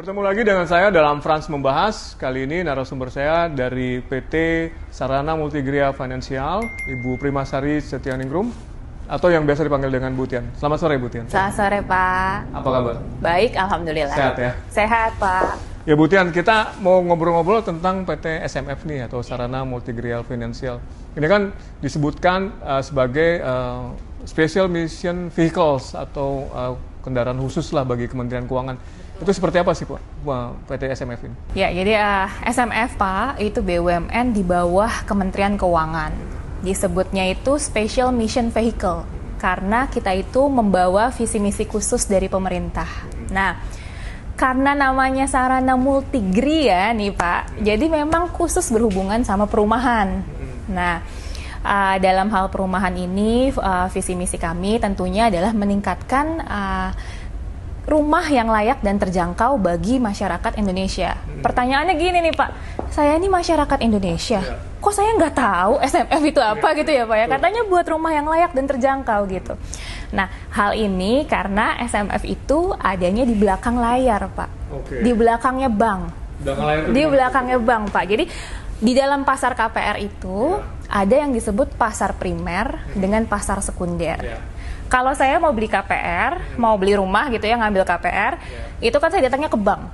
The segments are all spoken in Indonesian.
Bertemu lagi dengan saya dalam Frans Membahas. Kali ini narasumber saya dari PT Sarana Multigria Financial, Ibu Primasari Setianingrum, atau yang biasa dipanggil dengan Bu Tian. Selamat sore Bu Tian. Selamat sore Pak. Apa kabar? Baik, alhamdulillah. Sehat ya? Sehat Pak. Ya Bu Tian, kita mau ngobrol-ngobrol tentang PT SMF nih, atau Sarana Multigria Financial. Ini kan disebutkan sebagai Special Mission Vehicles atau kendaraan khusus lah bagi Kementerian Keuangan. Itu seperti apa sih Pak, PT SMF ini? Ya, jadi SMF Pak, itu BUMN di bawah Kementerian Keuangan. Disebutnya itu Special Mission Vehicle, karena kita itu membawa visi misi khusus dari pemerintah. Nah, karena namanya Sarana Multigria nih Pak, jadi memang khusus berhubungan sama perumahan. Nah, dalam hal perumahan ini, visi misi kami tentunya adalah meningkatkan rumah yang layak dan terjangkau bagi masyarakat Indonesia. Pertanyaannya gini nih Pak, saya ini masyarakat Indonesia, kok saya nggak tahu SMF itu apa gitu ya Pak ya? Katanya buat rumah yang layak dan terjangkau gitu. Nah, hal ini karena SMF itu adanya di belakang layar Pak, di belakangnya bank, di belakangnya bank Pak. Jadi di dalam pasar KPR itu ada yang disebut pasar primer dengan pasar sekunder. Kalau saya mau beli KPR, mau beli rumah gitu ya, ngambil KPR, itu kan saya datangnya ke bank.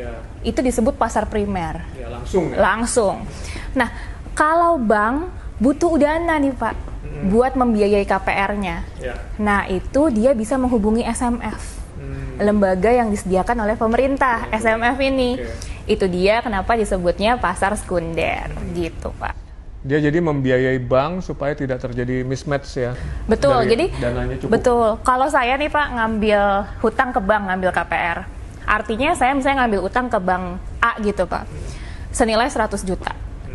Itu disebut pasar primer. Langsung. Nah, kalau bank butuh dana nih Pak, buat membiayai KPR-nya. Nah, itu dia bisa menghubungi SMF, lembaga yang disediakan oleh pemerintah, SMF ini. Itu dia kenapa disebutnya pasar sekunder, gitu Pak. Dia jadi membiayai bank supaya tidak terjadi mismatch ya. Betul, jadi dananya cukup. Betul. Kalau saya nih Pak ngambil hutang ke bank, ngambil KPR, artinya saya misalnya ngambil utang ke bank A gitu Pak, senilai 100 juta.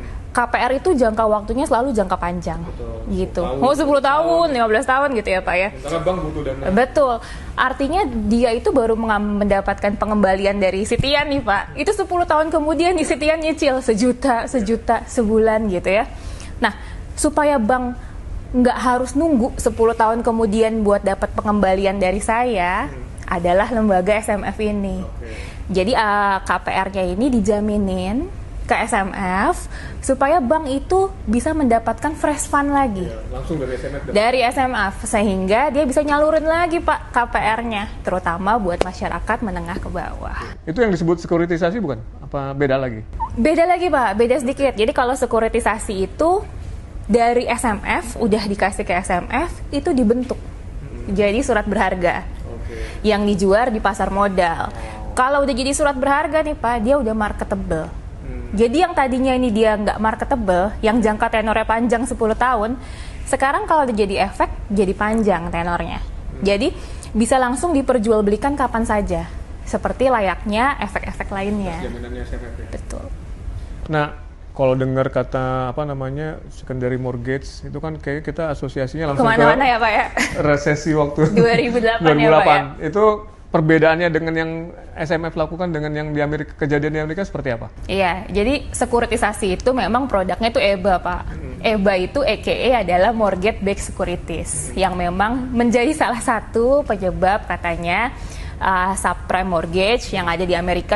KPR itu jangka waktunya selalu jangka panjang. Gitu. 10 tahun, 15 tahun gitu ya Pak ya. Karena bank butuh dana. Betul. Artinya dia itu baru mendapatkan pengembalian dari Sitian nih Pak. Itu 10 tahun kemudian di Sitian nyicil sejuta sebulan gitu ya. Nah, supaya bank nggak harus nunggu 10 tahun kemudian buat dapat pengembalian dari saya, adalah lembaga SMF ini. Jadi KPR-nya ini dijaminin ke SMF supaya bank itu bisa mendapatkan fresh fund lagi. Langsung dari SMF. Dari SMF, sehingga dia bisa nyalurin lagi Pak KPR-nya, terutama buat masyarakat menengah ke bawah. Itu yang disebut sekuritisasi bukan? Apa beda lagi? Beda lagi Pak, beda sedikit. Jadi kalau sekuritisasi itu dari SMF, udah dikasih ke SMF, itu dibentuk jadi surat berharga yang dijual di pasar modal. Kalau udah jadi surat berharga nih Pak, dia udah marketable. Jadi yang tadinya ini dia nggak marketable, yang jangka tenornya panjang 10 tahun, sekarang kalau udah jadi efek, jadi panjang tenornya. Jadi bisa langsung diperjualbelikan kapan saja, seperti layaknya efek-efek lainnya. Jaminannya SMF ya? Betul. Nah, kalau dengar kata secondary mortgage, itu kan kayak kita asosiasinya langsung kemana-mana ya Pak ya? Resesi waktu 2008 ya Pak ya? Itu perbedaannya dengan yang SMF lakukan dengan yang di Amerika, kejadian di Amerika seperti apa? Iya, jadi sekuritisasi itu memang produknya itu EBA Pak. EBA itu AKA adalah Mortgage Backed Securities, yang memang menjadi salah satu penyebab katanya subprime mortgage yang ada di Amerika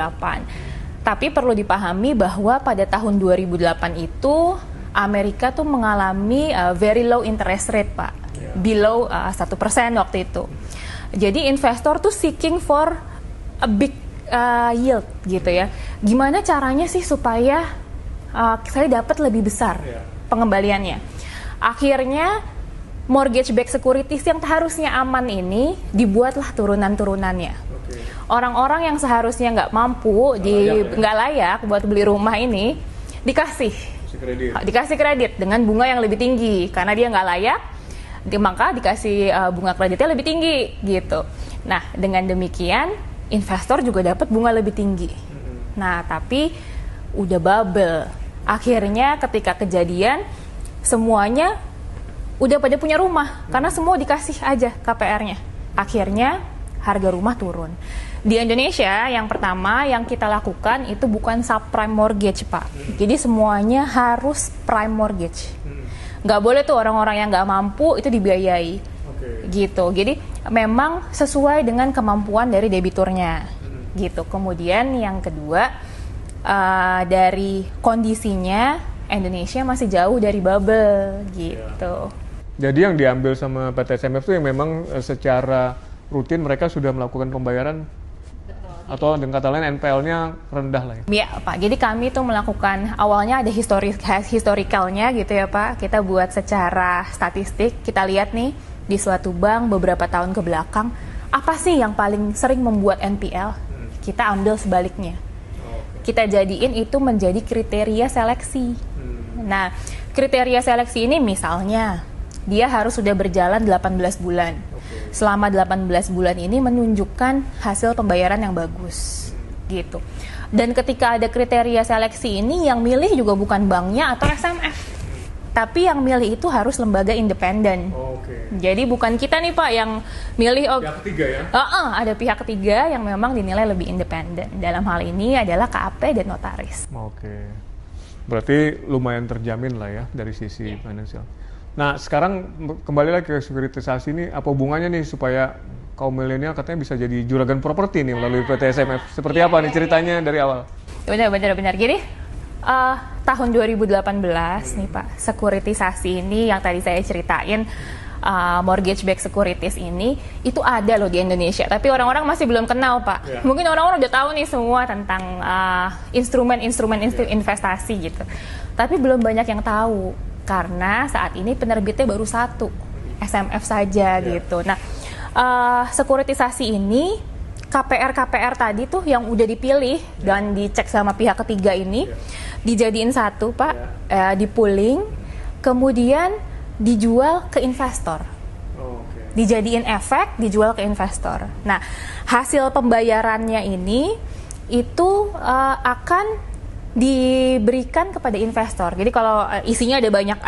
2008. Tapi perlu dipahami bahwa pada tahun 2008 itu Amerika tuh mengalami very low interest rate Pak, below 1% waktu itu. Jadi investor tuh seeking for a big yield gitu ya. Gimana caranya sih supaya saya dapat lebih besar pengembaliannya? Akhirnya mortgage backed securities yang harusnya aman ini dibuatlah turunan-turunannya. Orang-orang yang seharusnya nggak mampu, nggak layak buat beli rumah ini dikasih kredit dengan bunga yang lebih tinggi karena dia nggak layak. Maka dikasih bunga kreditnya lebih tinggi gitu. Nah, dengan demikian investor juga dapat bunga lebih tinggi. Nah, tapi udah bubble. Akhirnya ketika kejadian semuanya udah pada punya rumah karena semua dikasih aja KPR-nya. Akhirnya harga rumah turun. Di Indonesia yang pertama yang kita lakukan itu bukan subprime mortgage Pak. Jadi semuanya harus prime mortgage. Nggak boleh tuh orang-orang yang nggak mampu itu dibiayai. Gitu. Jadi memang sesuai dengan kemampuan dari debiturnya. gitu. Kemudian yang kedua, dari kondisinya Indonesia masih jauh dari bubble gitu. Jadi yang diambil sama PT SMF itu yang memang secara rutin mereka sudah melakukan pembayaran atau dengan kata lain NPL-nya rendah lah ya? Iya Pak, jadi kami tuh melakukan awalnya ada historicalnya gitu ya Pak. Kita buat secara statistik, kita lihat nih di suatu bank beberapa tahun ke belakang, apa sih yang paling sering membuat NPL? Kita ambil sebaliknya. Kita jadiin itu menjadi kriteria seleksi. Nah, kriteria seleksi ini misalnya, dia harus sudah berjalan 18 bulan. Selama 18 bulan ini menunjukkan hasil pembayaran yang bagus gitu. Dan ketika ada kriteria seleksi ini, yang milih juga bukan banknya atau SMF, tapi yang milih itu harus lembaga independen. Jadi bukan kita nih Pak yang milih. Pihak ketiga ya? Ada pihak ketiga yang memang dinilai lebih independen. Dalam hal ini adalah KAP dan notaris. Berarti lumayan terjamin lah ya dari sisi finansial. Nah, sekarang kembali lagi ke sekuritisasi ini, apa hubungannya nih supaya kaum milenial katanya bisa jadi juragan properti nih melalui PT SMF? Seperti apa nih ceritanya dari awal? Benar. Jadi, tahun 2018 nih Pak, sekuritisasi ini yang tadi saya ceritain, mortgage backed securities ini, itu ada loh di Indonesia. Tapi orang-orang masih belum kenal Pak. Mungkin orang-orang udah tahu nih semua tentang instrumen-instrumen investasi gitu. Tapi belum banyak yang tahu. Karena saat ini penerbitnya baru satu, SMF saja gitu. Nah, sekuritisasi ini, KPR tadi tuh yang udah dipilih dan dicek sama pihak ketiga ini, dijadiin satu Pak, dipooling, kemudian dijual ke investor. Dijadiin efek, dijual ke investor. Nah, hasil pembayarannya ini itu akan diberikan kepada investor. Jadi kalau isinya ada banyak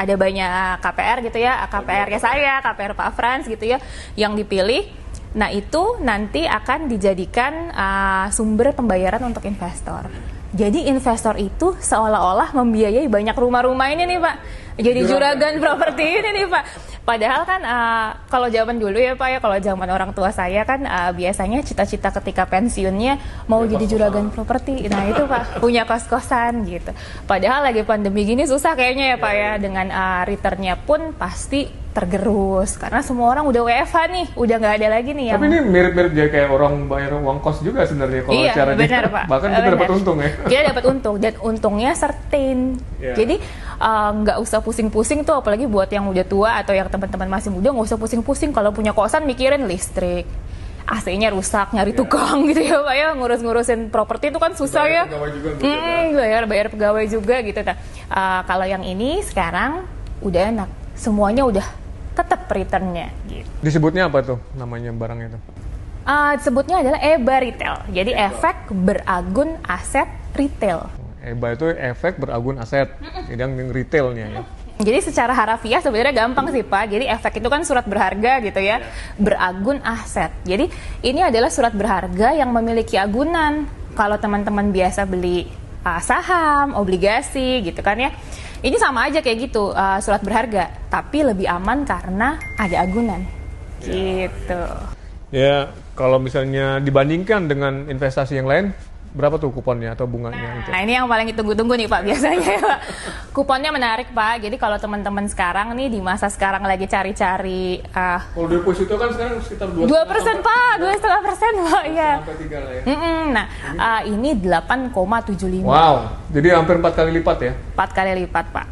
KPR gitu ya, KPR-nya saya, KPR Pak Frans gitu ya, yang dipilih. Nah itu nanti akan dijadikan sumber pembayaran untuk investor. Jadi investor itu seolah-olah membiayai banyak rumah-rumah ini nih Pak. Jadi juragan properti ini nih Pak. Padahal kan kalau zaman dulu ya Pak ya, kalau zaman orang tua saya kan biasanya cita-cita ketika pensiunnya mau jadi juragan properti. Nah itu Pak, punya kos-kosan gitu. Padahal lagi pandemi gini susah kayaknya ya Pak ya, dengan returnnya pun pasti tergerus karena semua orang udah WFH nih, udah nggak ada lagi nih yang... Tapi ini mirip-mirip jadi kayak orang bayar uang kos juga sebenarnya kalau iya, cara benar, Pak. Bahkan kita dapat untung ya. Kita dapat untung dan untungnya certain. Jadi nggak usah pusing-pusing tuh, apalagi buat yang udah tua atau yang teman-teman masih muda, nggak usah pusing-pusing kalau punya kosan mikirin listrik, AC-nya rusak, nyari tukang gitu ya Pak ya, ngurus-ngurusin properti itu kan susah bayar ya. Pegawai juga bayar pegawai juga gitu. Nah, kalau yang ini sekarang udah enak, semuanya udah tetap returnnya gitu. Disebutnya apa tuh namanya barang itu? Disebutnya adalah EBA retail. Jadi efek beragun aset retail. EBA itu efek beragun aset, yang retailnya ya. Jadi secara harafiah sebenarnya gampang sih Pak. Jadi efek itu kan surat berharga gitu ya, beragun aset. Jadi ini adalah surat berharga yang memiliki agunan. Kalau teman-teman biasa beli saham, obligasi gitu kan ya, ini sama aja kayak gitu, surat berharga, tapi lebih aman karena ada agunan gitu. Ya, kalau misalnya dibandingkan dengan investasi yang lain, berapa tuh kuponnya atau bunganya? Nah ini yang paling ditunggu-tunggu nih Pak biasanya ya, Pak. Kuponnya menarik Pak. Jadi kalau teman-teman sekarang nih di masa sekarang lagi cari-cari kalau deposito kan sekarang sekitar 2% Pak, 2,5% Pak ya. Sampai 3 lah ya. Nah ini 8,75. Wow, jadi hampir 4 kali lipat ya? 4 kali lipat Pak.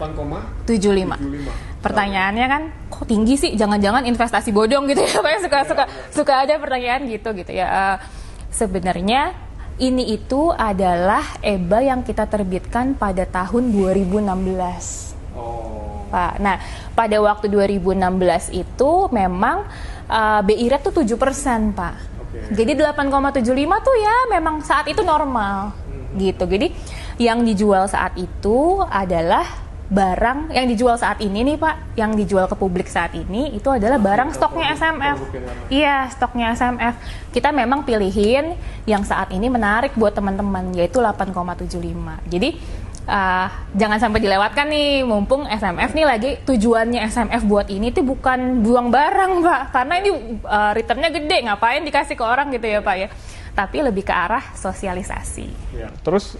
8,75. Pertanyaannya kan kok tinggi sih? Jangan-jangan investasi bodong gitu ya Pak? Suka ada pertanyaan gitu ya. Sebenarnya ini itu adalah EBA yang kita terbitkan pada tahun 2016. Pak. Nah, pada waktu 2016 itu memang BI rate tuh 7%, Pak. Jadi 8,75 tuh ya memang saat itu normal. Gitu. Jadi yang dijual saat itu adalah barang yang dijual saat ini nih Pak, yang dijual ke publik saat ini itu adalah barang stoknya SMF. Iya, stoknya SMF. Kita memang pilihin yang saat ini menarik buat teman-teman, yaitu 8,75. Jadi jangan sampai dilewatkan nih, mumpung SMF nih lagi, tujuannya SMF buat ini tuh bukan buang barang Pak, karena ini returnnya gede, ngapain dikasih ke orang gitu ya Pak ya. tapi lebih ke arah sosialisasi. Ya. Terus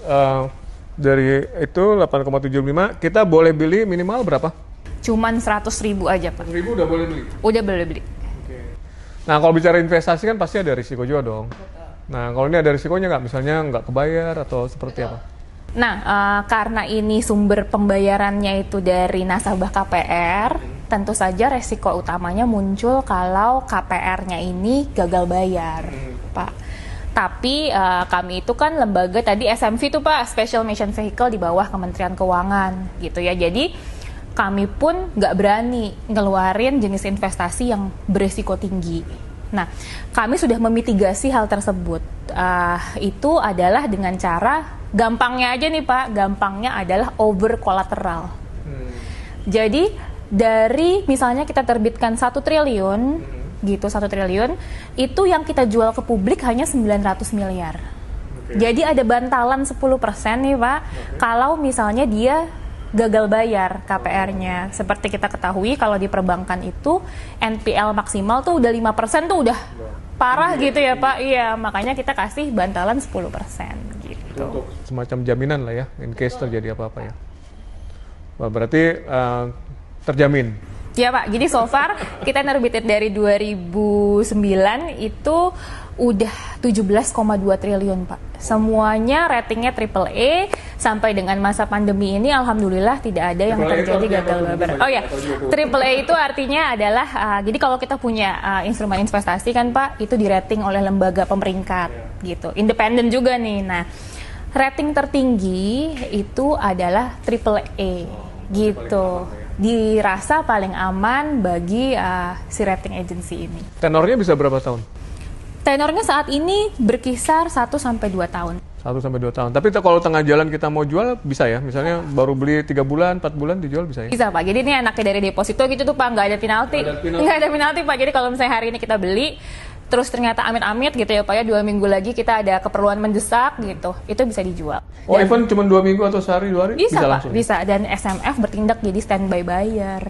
dari itu 8,75 kita boleh beli minimal berapa? Cuman 100.000 aja Pak. 100.000 udah boleh beli? Udah boleh beli. Okay. Nah kalau bicara investasi kan pasti ada risiko juga dong. Nah kalau ini ada risikonya nggak? Misalnya nggak kebayar atau seperti apa? Nah, karena ini sumber pembayarannya itu dari nasabah KPR, tentu saja resiko utamanya muncul kalau KPR-nya ini gagal bayar, Pak. Tapi kami itu kan lembaga tadi SMV itu Pak, Special Mission Vehicle di bawah Kementerian Keuangan gitu ya. Jadi kami pun nggak berani ngeluarin jenis investasi yang beresiko tinggi. Nah, kami sudah memitigasi hal tersebut. Itu adalah dengan cara, gampangnya aja nih Pak, gampangnya adalah over collateral. Jadi dari misalnya kita terbitkan 1 triliun, gitu 1 triliun, itu yang kita jual ke publik hanya 900 miliar. Jadi ada bantalan 10% nih Pak, kalau misalnya dia gagal bayar KPR-nya. Seperti kita ketahui kalau di perbankan itu NPL maksimal tuh udah 5% tuh udah parah gitu ya Pak. Iya, makanya kita kasih bantalan 10% gitu. Untuk semacam jaminan lah ya, in case terjadi apa-apa ya. Wah, berarti terjamin. Ya Pak, jadi so far kita nerbitin dari 2009 itu udah 17,2 triliun Pak. Semuanya ratingnya AAA, sampai dengan masa pandemi ini alhamdulillah tidak ada yang terjadi gagal bayar. Oh ya, AAA itu artinya adalah jadi kalau kita punya instrumen investasi kan Pak, itu di rating oleh lembaga pemeringkat gitu. Independen juga nih. Nah, rating tertinggi itu adalah AAA gitu. Dirasa paling aman bagi si rating agency ini. Tenornya bisa berapa tahun? Tenornya saat ini berkisar 1-2 tahun. 1-2 tahun. Tapi kalau tengah jalan kita mau jual bisa ya? Misalnya baru beli 3 bulan, 4 bulan dijual bisa ya? Bisa Pak. Jadi ini enaknya dari deposito gitu tuh Pak, nggak ada penalti. Nggak ada penalti Pak. Jadi kalau misalnya hari ini kita beli, terus ternyata amit-amit gitu ya Pak ya, 2 minggu lagi kita ada keperluan mendesak gitu, itu bisa dijual. Oh, even cuma 2 minggu atau sehari, 2 hari? Bisa Pak, langsung? Bisa. Dan SMF bertindak jadi standby bayar.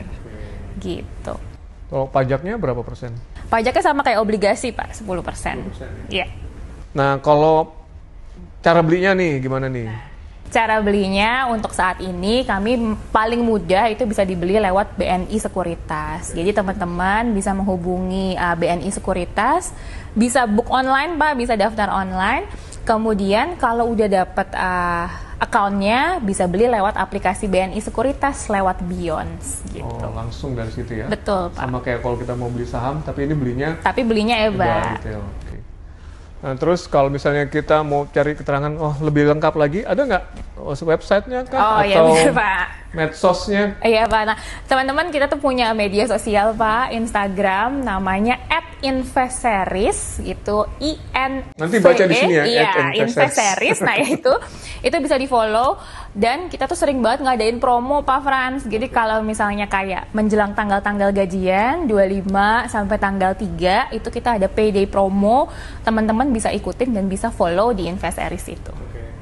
Gitu. Oh, pajaknya berapa persen? Pajaknya sama kayak obligasi Pak, 10%. Iya. Nah, kalau cara belinya nih gimana nih? Cara belinya untuk saat ini kami paling mudah itu bisa dibeli lewat BNI Sekuritas. Jadi teman-teman bisa menghubungi BNI Sekuritas, bisa book online Pak, bisa daftar online. Kemudian kalau udah dapat account-nya bisa beli lewat aplikasi BNI Sekuritas lewat Beyonds gitu. Oh, langsung dari situ ya? Betul Pak. Sama kayak kalau kita mau beli saham, tapi ini belinya EBA. Retail. Okay. Nah, terus kalau misalnya kita mau cari keterangan, lebih lengkap lagi, ada nggak website-nya kan? Iya benar Pak. Medsosnya? Iya Pak. Nah, teman-teman kita tuh punya media sosial Pak, Instagram namanya @investseries gitu, Nanti baca di sini ya. Iya, Investseries. Nah itu bisa di follow, dan kita tuh sering banget ngadain promo Pak Frans. Jadi kalau misalnya kayak menjelang tanggal-tanggal gajian 25 sampai tanggal 3 itu kita ada payday promo, teman-teman bisa ikutin dan bisa follow di Investseries itu.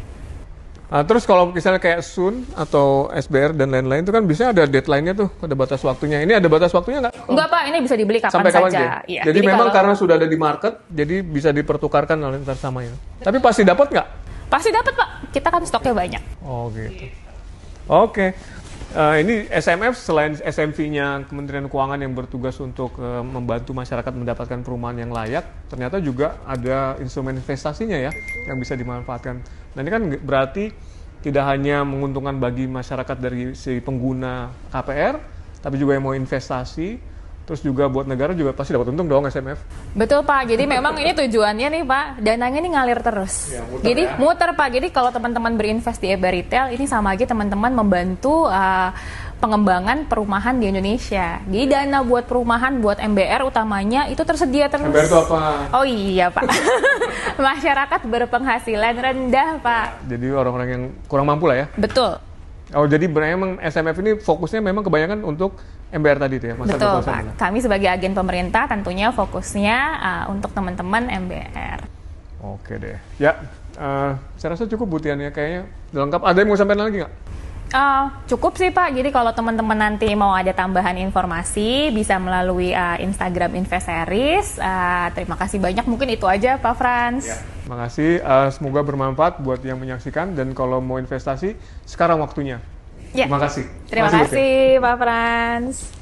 Terus kalau misalnya kayak Sun atau SBR dan lain-lain itu kan bisa ada deadline-nya tuh, ada batas waktunya. Ini ada batas waktunya nggak? Enggak Pak, ini bisa dibeli kapan sampai saja. Kapan Ya, jadi memang karena sudah ada di market, jadi bisa dipertukarkan antar samanya. Tapi pasti dapat nggak? Pasti dapat Pak, kita kan stoknya banyak. Oh gitu. Oke. Ini SMF selain SMV-nya Kementerian Keuangan yang bertugas untuk membantu masyarakat mendapatkan perumahan yang layak, ternyata juga ada instrumen investasinya ya yang bisa dimanfaatkan. Nah ini kan berarti tidak hanya menguntungkan bagi masyarakat dari si pengguna KPR, tapi juga yang mau investasi, terus juga buat negara juga pasti dapat untung dong SMF. Betul Pak, jadi memang ini tujuannya nih Pak, dananya ini ngalir terus. Ya, muter Pak, jadi kalau teman-teman berinvest di EBA Retail, ini sama aja teman-teman membantu pengembangan perumahan di Indonesia. Jadi dana buat perumahan, buat MBR utamanya itu tersedia terus. MBR itu apa? Oh iya Pak, masyarakat berpenghasilan rendah Pak. Jadi orang-orang yang kurang mampu lah ya? Betul. Oh jadi memang SMF ini fokusnya memang kebanyakan untuk MBR tadi itu ya? Betul Pak, kami sebagai agen pemerintah tentunya fokusnya untuk teman-teman MBR. Oke deh, ya saya rasa cukup butiannya kayaknya lengkap. Ada yang mau sampaikan lagi nggak? Cukup sih Pak, jadi kalau teman-teman nanti mau ada tambahan informasi bisa melalui Instagram Investeris. Terima kasih banyak, mungkin itu aja Pak Frans. Terima kasih, semoga bermanfaat buat yang menyaksikan, dan kalau mau investasi sekarang waktunya. Terima kasih. Terima kasih Pak Frans.